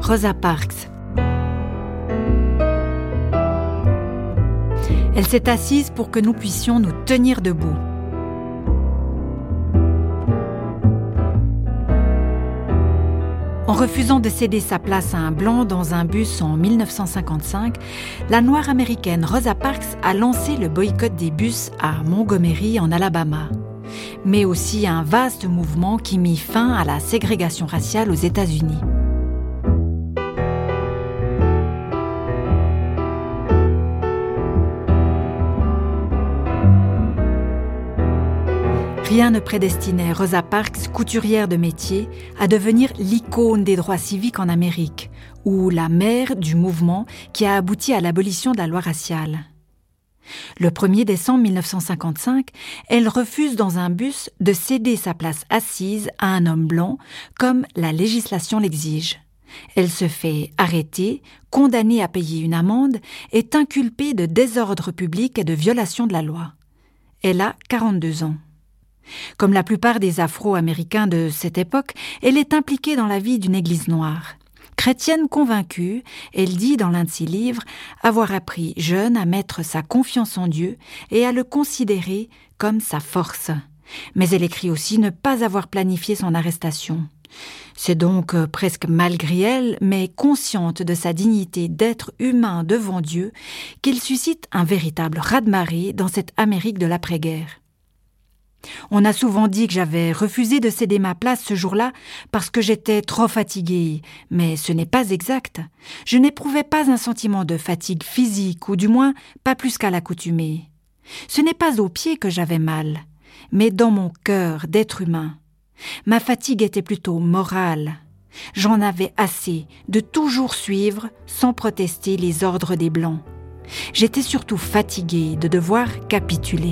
Rosa Parks. Elle s'est assise pour que nous puissions nous tenir debout. En refusant de céder sa place à un blanc dans un bus en 1955, la noire américaine Rosa Parks a lancé le boycott des bus à Montgomery en Alabama, mais aussi un vaste mouvement qui mit fin à la ségrégation raciale aux États-Unis. Rien ne prédestinait Rosa Parks, couturière de métier, à devenir l'icône des droits civiques en Amérique, ou la mère du mouvement qui a abouti à l'abolition de la loi raciale. Le 1er décembre 1955, elle refuse dans un bus de céder sa place assise à un homme blanc, comme la législation l'exige. Elle se fait arrêter, condamnée à payer une amende, est inculpée de désordre public et de violation de la loi. Elle a 42 ans. Comme la plupart des Afro-Américains de cette époque, elle est impliquée dans la vie d'une église noire. Chrétienne convaincue, elle dit dans l'un de ses livres avoir appris jeune à mettre sa confiance en Dieu et à le considérer comme sa force. Mais elle écrit aussi ne pas avoir planifié son arrestation. C'est donc presque malgré elle, mais consciente de sa dignité d'être humain devant Dieu, qu'elle suscite un véritable raz-de-marée dans cette Amérique de l'après-guerre. On a souvent dit que j'avais refusé de céder ma place ce jour-là parce que j'étais trop fatiguée, mais ce n'est pas exact. Je n'éprouvais pas un sentiment de fatigue physique, ou du moins pas plus qu'à l'accoutumée. Ce n'est pas aux pieds que j'avais mal, mais dans mon cœur d'être humain. Ma fatigue était plutôt morale. J'en avais assez de toujours suivre, sans protester, les ordres des Blancs. J'étais surtout fatiguée de devoir capituler.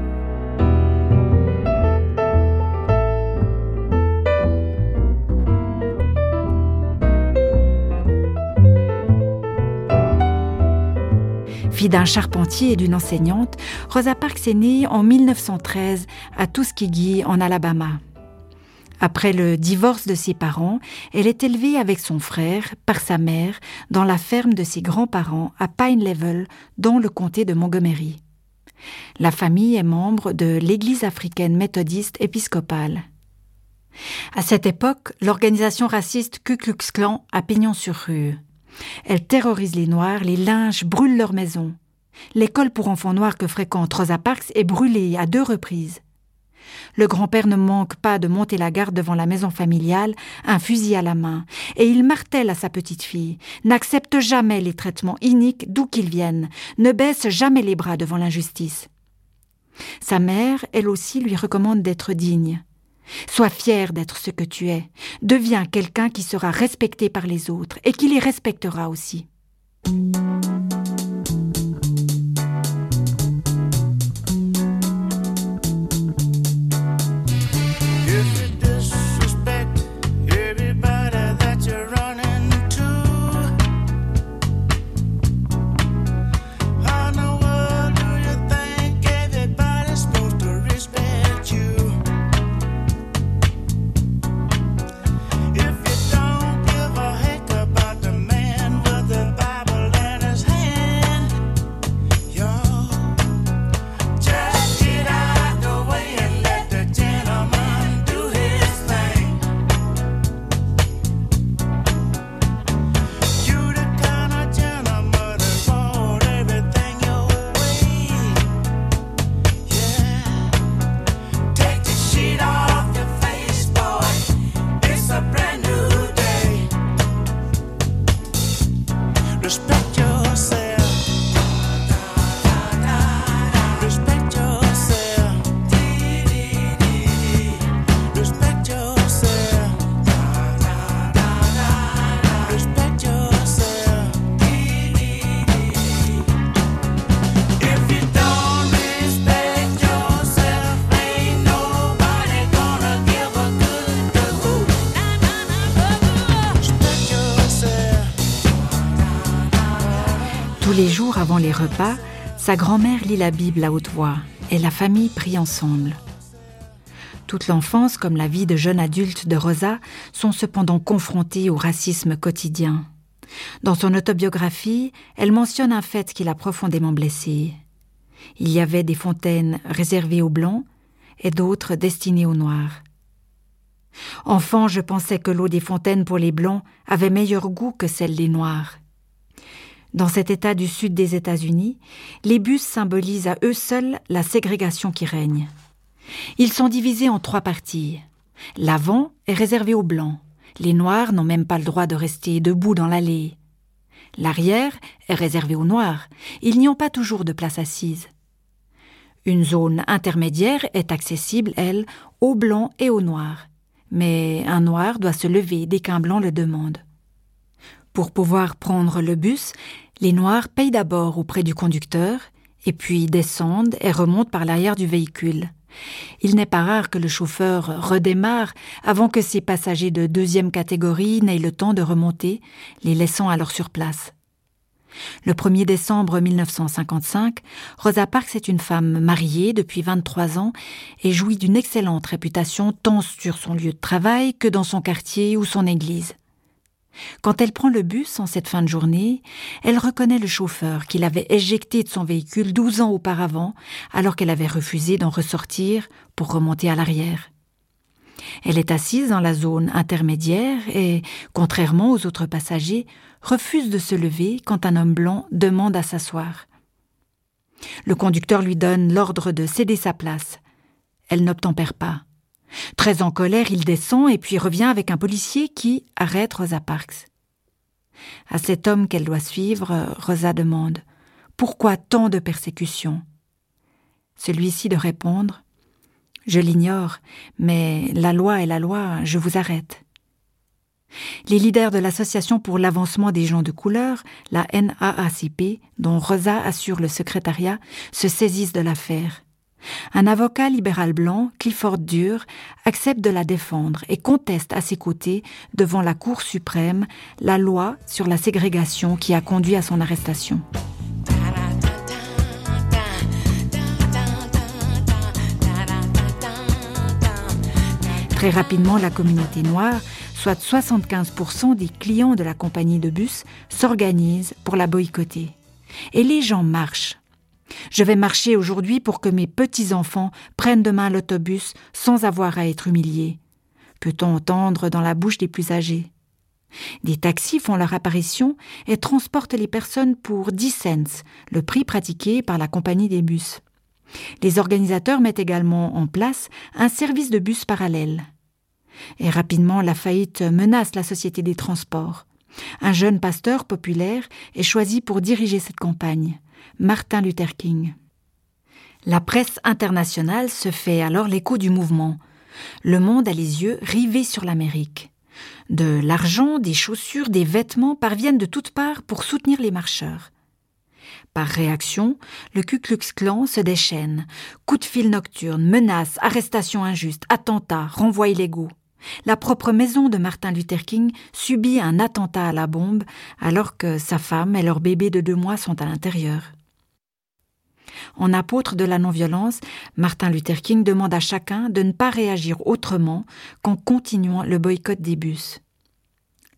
Fille d'un charpentier et d'une enseignante, Rosa Parks est née en 1913 à Tuskegee, en Alabama. Après le divorce de ses parents, elle est élevée avec son frère, par sa mère, dans la ferme de ses grands-parents à Pine Level, dans le comté de Montgomery. La famille est membre de l'Église africaine méthodiste épiscopale. À cette époque, l'organisation raciste Ku Klux Klan a pignon sur rue. Elle terrorise les Noirs, les lynche, brûle leurs maisons. L'école pour enfants noirs que fréquente Rosa Parks est brûlée à 2 reprises. Le grand-père ne manque pas de monter la garde devant la maison familiale, un fusil à la main, et il martèle à sa petite-fille, n'accepte jamais les traitements iniques d'où qu'ils viennent, ne baisse jamais les bras devant l'injustice. Sa mère, elle aussi, lui recommande d'être digne. Sois fier d'être ce que tu es. Deviens quelqu'un qui sera respecté par les autres et qui les respectera aussi. Tous les jours avant les repas, sa grand-mère lit la Bible à haute voix et la famille prie ensemble. Toute l'enfance, comme la vie de jeune adulte de Rosa, sont cependant confrontées au racisme quotidien. Dans son autobiographie, elle mentionne un fait qui l'a profondément blessée. Il y avait des fontaines réservées aux Blancs et d'autres destinées aux Noirs. Enfant, je pensais que l'eau des fontaines pour les Blancs avait meilleur goût que celle des Noirs. Dans cet État du sud des États-Unis, les bus symbolisent à eux seuls la ségrégation qui règne. Ils sont divisés en 3 parties. L'avant est réservé aux Blancs. Les Noirs n'ont même pas le droit de rester debout dans l'allée. L'arrière est réservé aux Noirs. Ils n'y ont pas toujours de place assise. Une zone intermédiaire est accessible, elle, aux Blancs et aux Noirs. Mais un Noir doit se lever dès qu'un Blanc le demande. Pour pouvoir prendre le bus, les Noirs payent d'abord auprès du conducteur, et puis descendent et remontent par l'arrière du véhicule. Il n'est pas rare que le chauffeur redémarre avant que ses passagers de 2e catégorie n'aient le temps de remonter, les laissant alors sur place. Le 1er décembre 1955, Rosa Parks est une femme mariée depuis 23 ans et jouit d'une excellente réputation tant sur son lieu de travail que dans son quartier ou son église. Quand elle prend le bus en cette fin de journée, elle reconnaît le chauffeur qui l'avait éjectée de son véhicule 12 ans auparavant, alors qu'elle avait refusé d'en ressortir pour remonter à l'arrière. Elle est assise dans la zone intermédiaire et, contrairement aux autres passagers, refuse de se lever quand un homme blanc demande à s'asseoir. Le conducteur lui donne l'ordre de céder sa place. Elle n'obtempère pas. Très en colère, il descend et puis revient avec un policier qui arrête Rosa Parks. À cet homme qu'elle doit suivre, Rosa demande « Pourquoi tant de persécutions ?» Celui-ci de répondre « Je l'ignore, mais la loi est la loi, je vous arrête. » Les leaders de l'Association pour l'avancement des gens de couleur, la NAACP, dont Rosa assure le secrétariat, se saisissent de l'affaire. Un avocat libéral blanc, Clifford Durr, accepte de la défendre et conteste à ses côtés, devant la Cour suprême, la loi sur la ségrégation qui a conduit à son arrestation. Très rapidement, la communauté noire, soit 75% des clients de la compagnie de bus, s'organise pour la boycotter. Et les gens marchent. Je vais marcher aujourd'hui pour que mes petits-enfants prennent demain l'autobus sans avoir à être humiliés, peut-on entendre dans la bouche des plus âgés. Des taxis font leur apparition et transportent les personnes pour 10 cents, le prix pratiqué par la compagnie des bus. Les organisateurs mettent également en place un service de bus parallèle. Et rapidement, la faillite menace la société des transports. Un jeune pasteur populaire est choisi pour diriger cette campagne, Martin Luther King. La presse internationale se fait alors l'écho du mouvement. Le monde a les yeux rivés sur l'Amérique. De l'argent, des chaussures, des vêtements parviennent de toutes parts pour soutenir les marcheurs. Par réaction, le Ku Klux Klan se déchaîne. Coups de fil nocturnes, menaces, arrestations injustes, attentats, renvois illégaux. La propre maison de Martin Luther King subit un attentat à la bombe alors que sa femme et leur bébé de 2 mois sont à l'intérieur. En apôtre de la non-violence, Martin Luther King demande à chacun de ne pas réagir autrement qu'en continuant le boycott des bus. L'objectif ?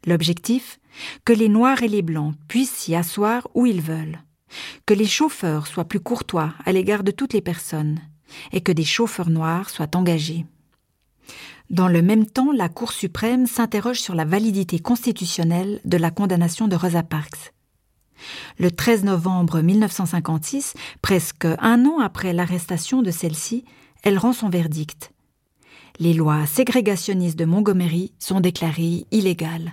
Que les Noirs et les Blancs puissent s'y asseoir où ils veulent, que les chauffeurs soient plus courtois à l'égard de toutes les personnes et que des chauffeurs noirs soient engagés. Dans le même temps, la Cour suprême s'interroge sur la validité constitutionnelle de la condamnation de Rosa Parks. Le 13 novembre 1956, presque 1 an après l'arrestation de celle-ci, elle rend son verdict. Les lois ségrégationnistes de Montgomery sont déclarées illégales.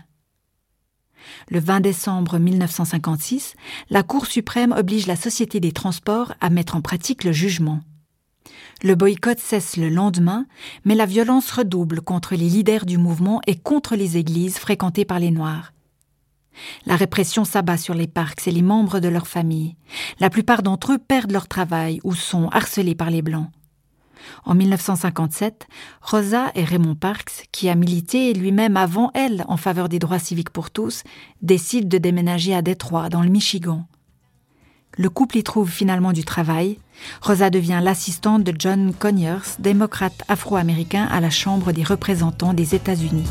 Le 20 décembre 1956, la Cour suprême oblige la Société des transports à mettre en pratique le jugement. Le boycott cesse le lendemain, mais la violence redouble contre les leaders du mouvement et contre les églises fréquentées par les Noirs. La répression s'abat sur les Parks et les membres de leur famille. La plupart d'entre eux perdent leur travail ou sont harcelés par les Blancs. En 1957, Rosa et Raymond Parks, qui a milité lui-même avant elle en faveur des droits civiques pour tous, décident de déménager à Détroit, dans le Michigan. Le couple y trouve finalement du travail. Rosa devient l'assistante de John Conyers, démocrate afro-américain à la Chambre des représentants des États-Unis.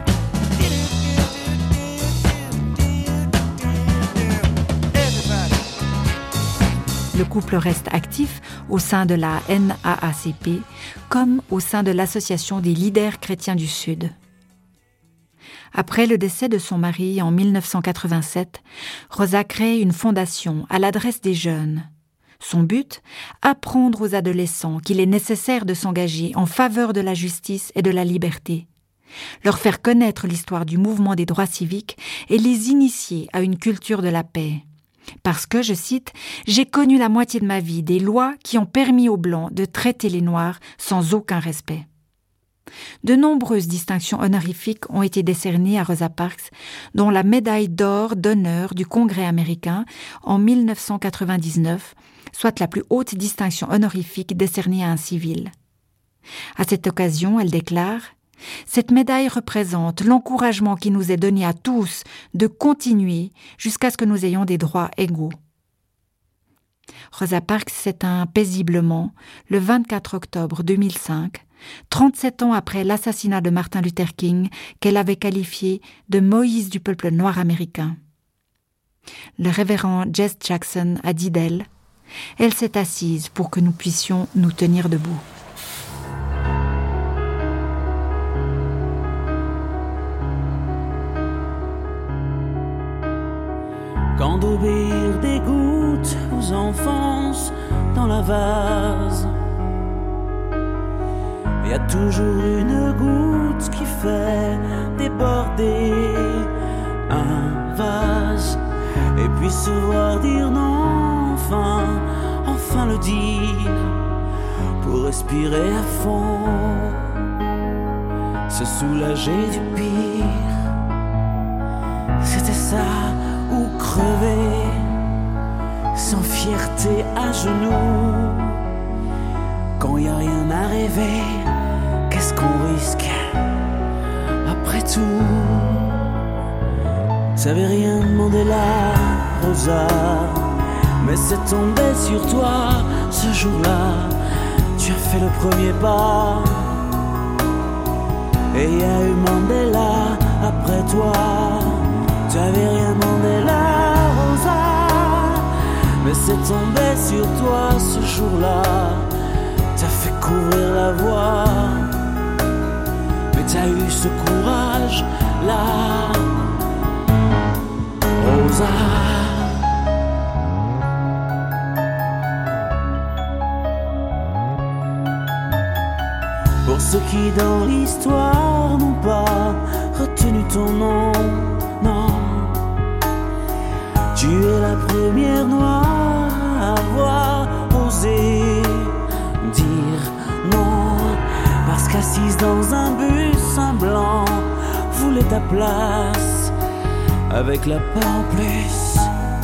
Le couple reste actif au sein de la NAACP comme au sein de l'Association des leaders chrétiens du Sud. Après le décès de son mari en 1987, Rosa crée une fondation à l'adresse des jeunes. Son but ? Apprendre aux adolescents qu'il est nécessaire de s'engager en faveur de la justice et de la liberté, leur faire connaître l'histoire du mouvement des droits civiques et les initier à une culture de la paix. Parce que, je cite, « J'ai connu la moitié de ma vie des lois qui ont permis aux Blancs de traiter les Noirs sans aucun respect. » De nombreuses distinctions honorifiques ont été décernées à Rosa Parks, dont la médaille d'or d'honneur du Congrès américain en 1999, soit la plus haute distinction honorifique décernée à un civil. À cette occasion, elle déclare « Cette médaille représente l'encouragement qui nous est donné à tous de continuer jusqu'à ce que nous ayons des droits égaux. » Rosa Parks s'éteint paisiblement le 24 octobre 2005, 37 ans après l'assassinat de Martin Luther King, qu'elle avait qualifié de Moïse du peuple noir américain. Le révérend Jesse Jackson a dit d'elle « Elle s'est assise pour que nous puissions nous tenir debout. » Quand d'obéir des gouttes vous enfonce dans la vase, il y a toujours une goutte qui fait déborder un vase. Et puis se voir dire non, enfin le dire, pour respirer à fond, se soulager du pire. C'était ça, ou crever, sans fierté à genoux. Quand y a rien à rêver, qu'est-ce qu'on risque après tout? T'avais rien demandé là, Rosa, mais c'est tombé sur toi ce jour-là. Tu as fait le premier pas, et y a eu Mandela après toi. T'avais rien demandé là, Rosa, mais c'est tombé sur toi ce jour-là. T'as fait couvrir la voie, mais t'as eu ce courage-là, Rosa. Pour ceux qui dans l'histoire n'ont pas retenu ton nom, non, tu es la première noire à avoir osé dire non, parce qu'assise dans un bus, un blanc voulait ta place, avec la peur en plus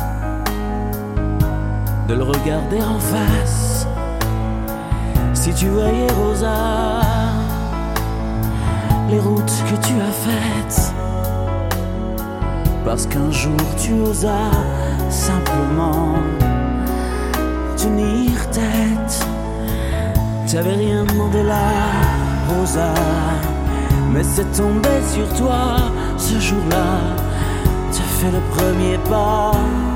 de le regarder en face. Si tu voyais, Rosa, les routes que tu as faites, parce qu'un jour tu osas simplement tenir tête. T'avais rien demandé là, Rosa, mais c'est tombé sur toi ce jour-là. T'as fait le premier pas,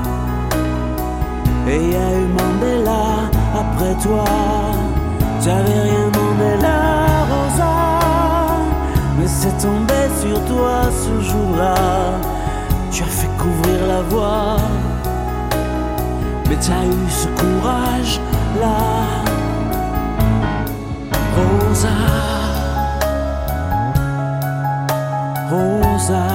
et y a eu Mandela après toi. T'avais rien demandé là, Rosa, mais c'est tombé sur toi ce jour-là. Tu as fait couvrir la voie, mais t'as eu ce courage-là, Rosa, Rosa.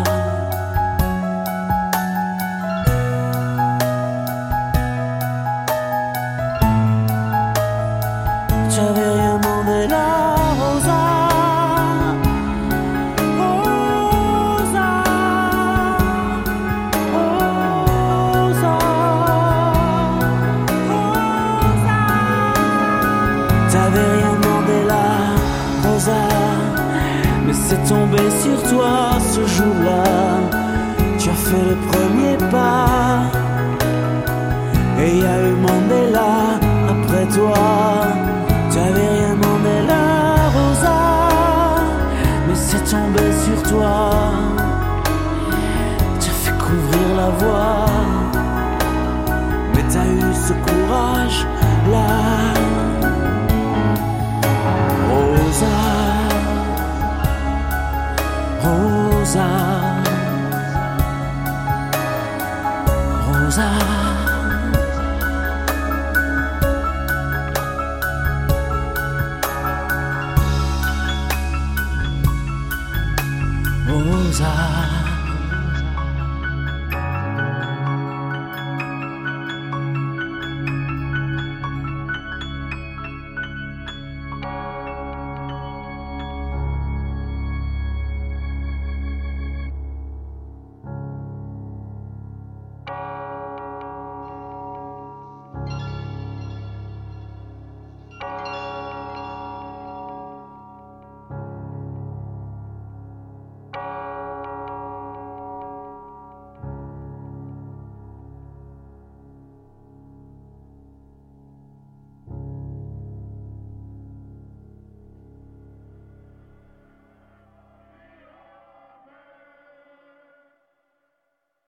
T'avais rien demandé là, Rosa, Rosa, Rosa, Rosa. T'avais rien demandé là, Rosa, mais c'est tombé sur toi ce jour-là. Tu as fait le premier pas, Et y a eu Mandela après toi. Tu avais rien Mandela, Rosa, mais c'est tombé sur toi. Tu as fait couvrir la voie, mais t'as eu ce courage-là. Rosa, Rosa, Rosa. Rosa.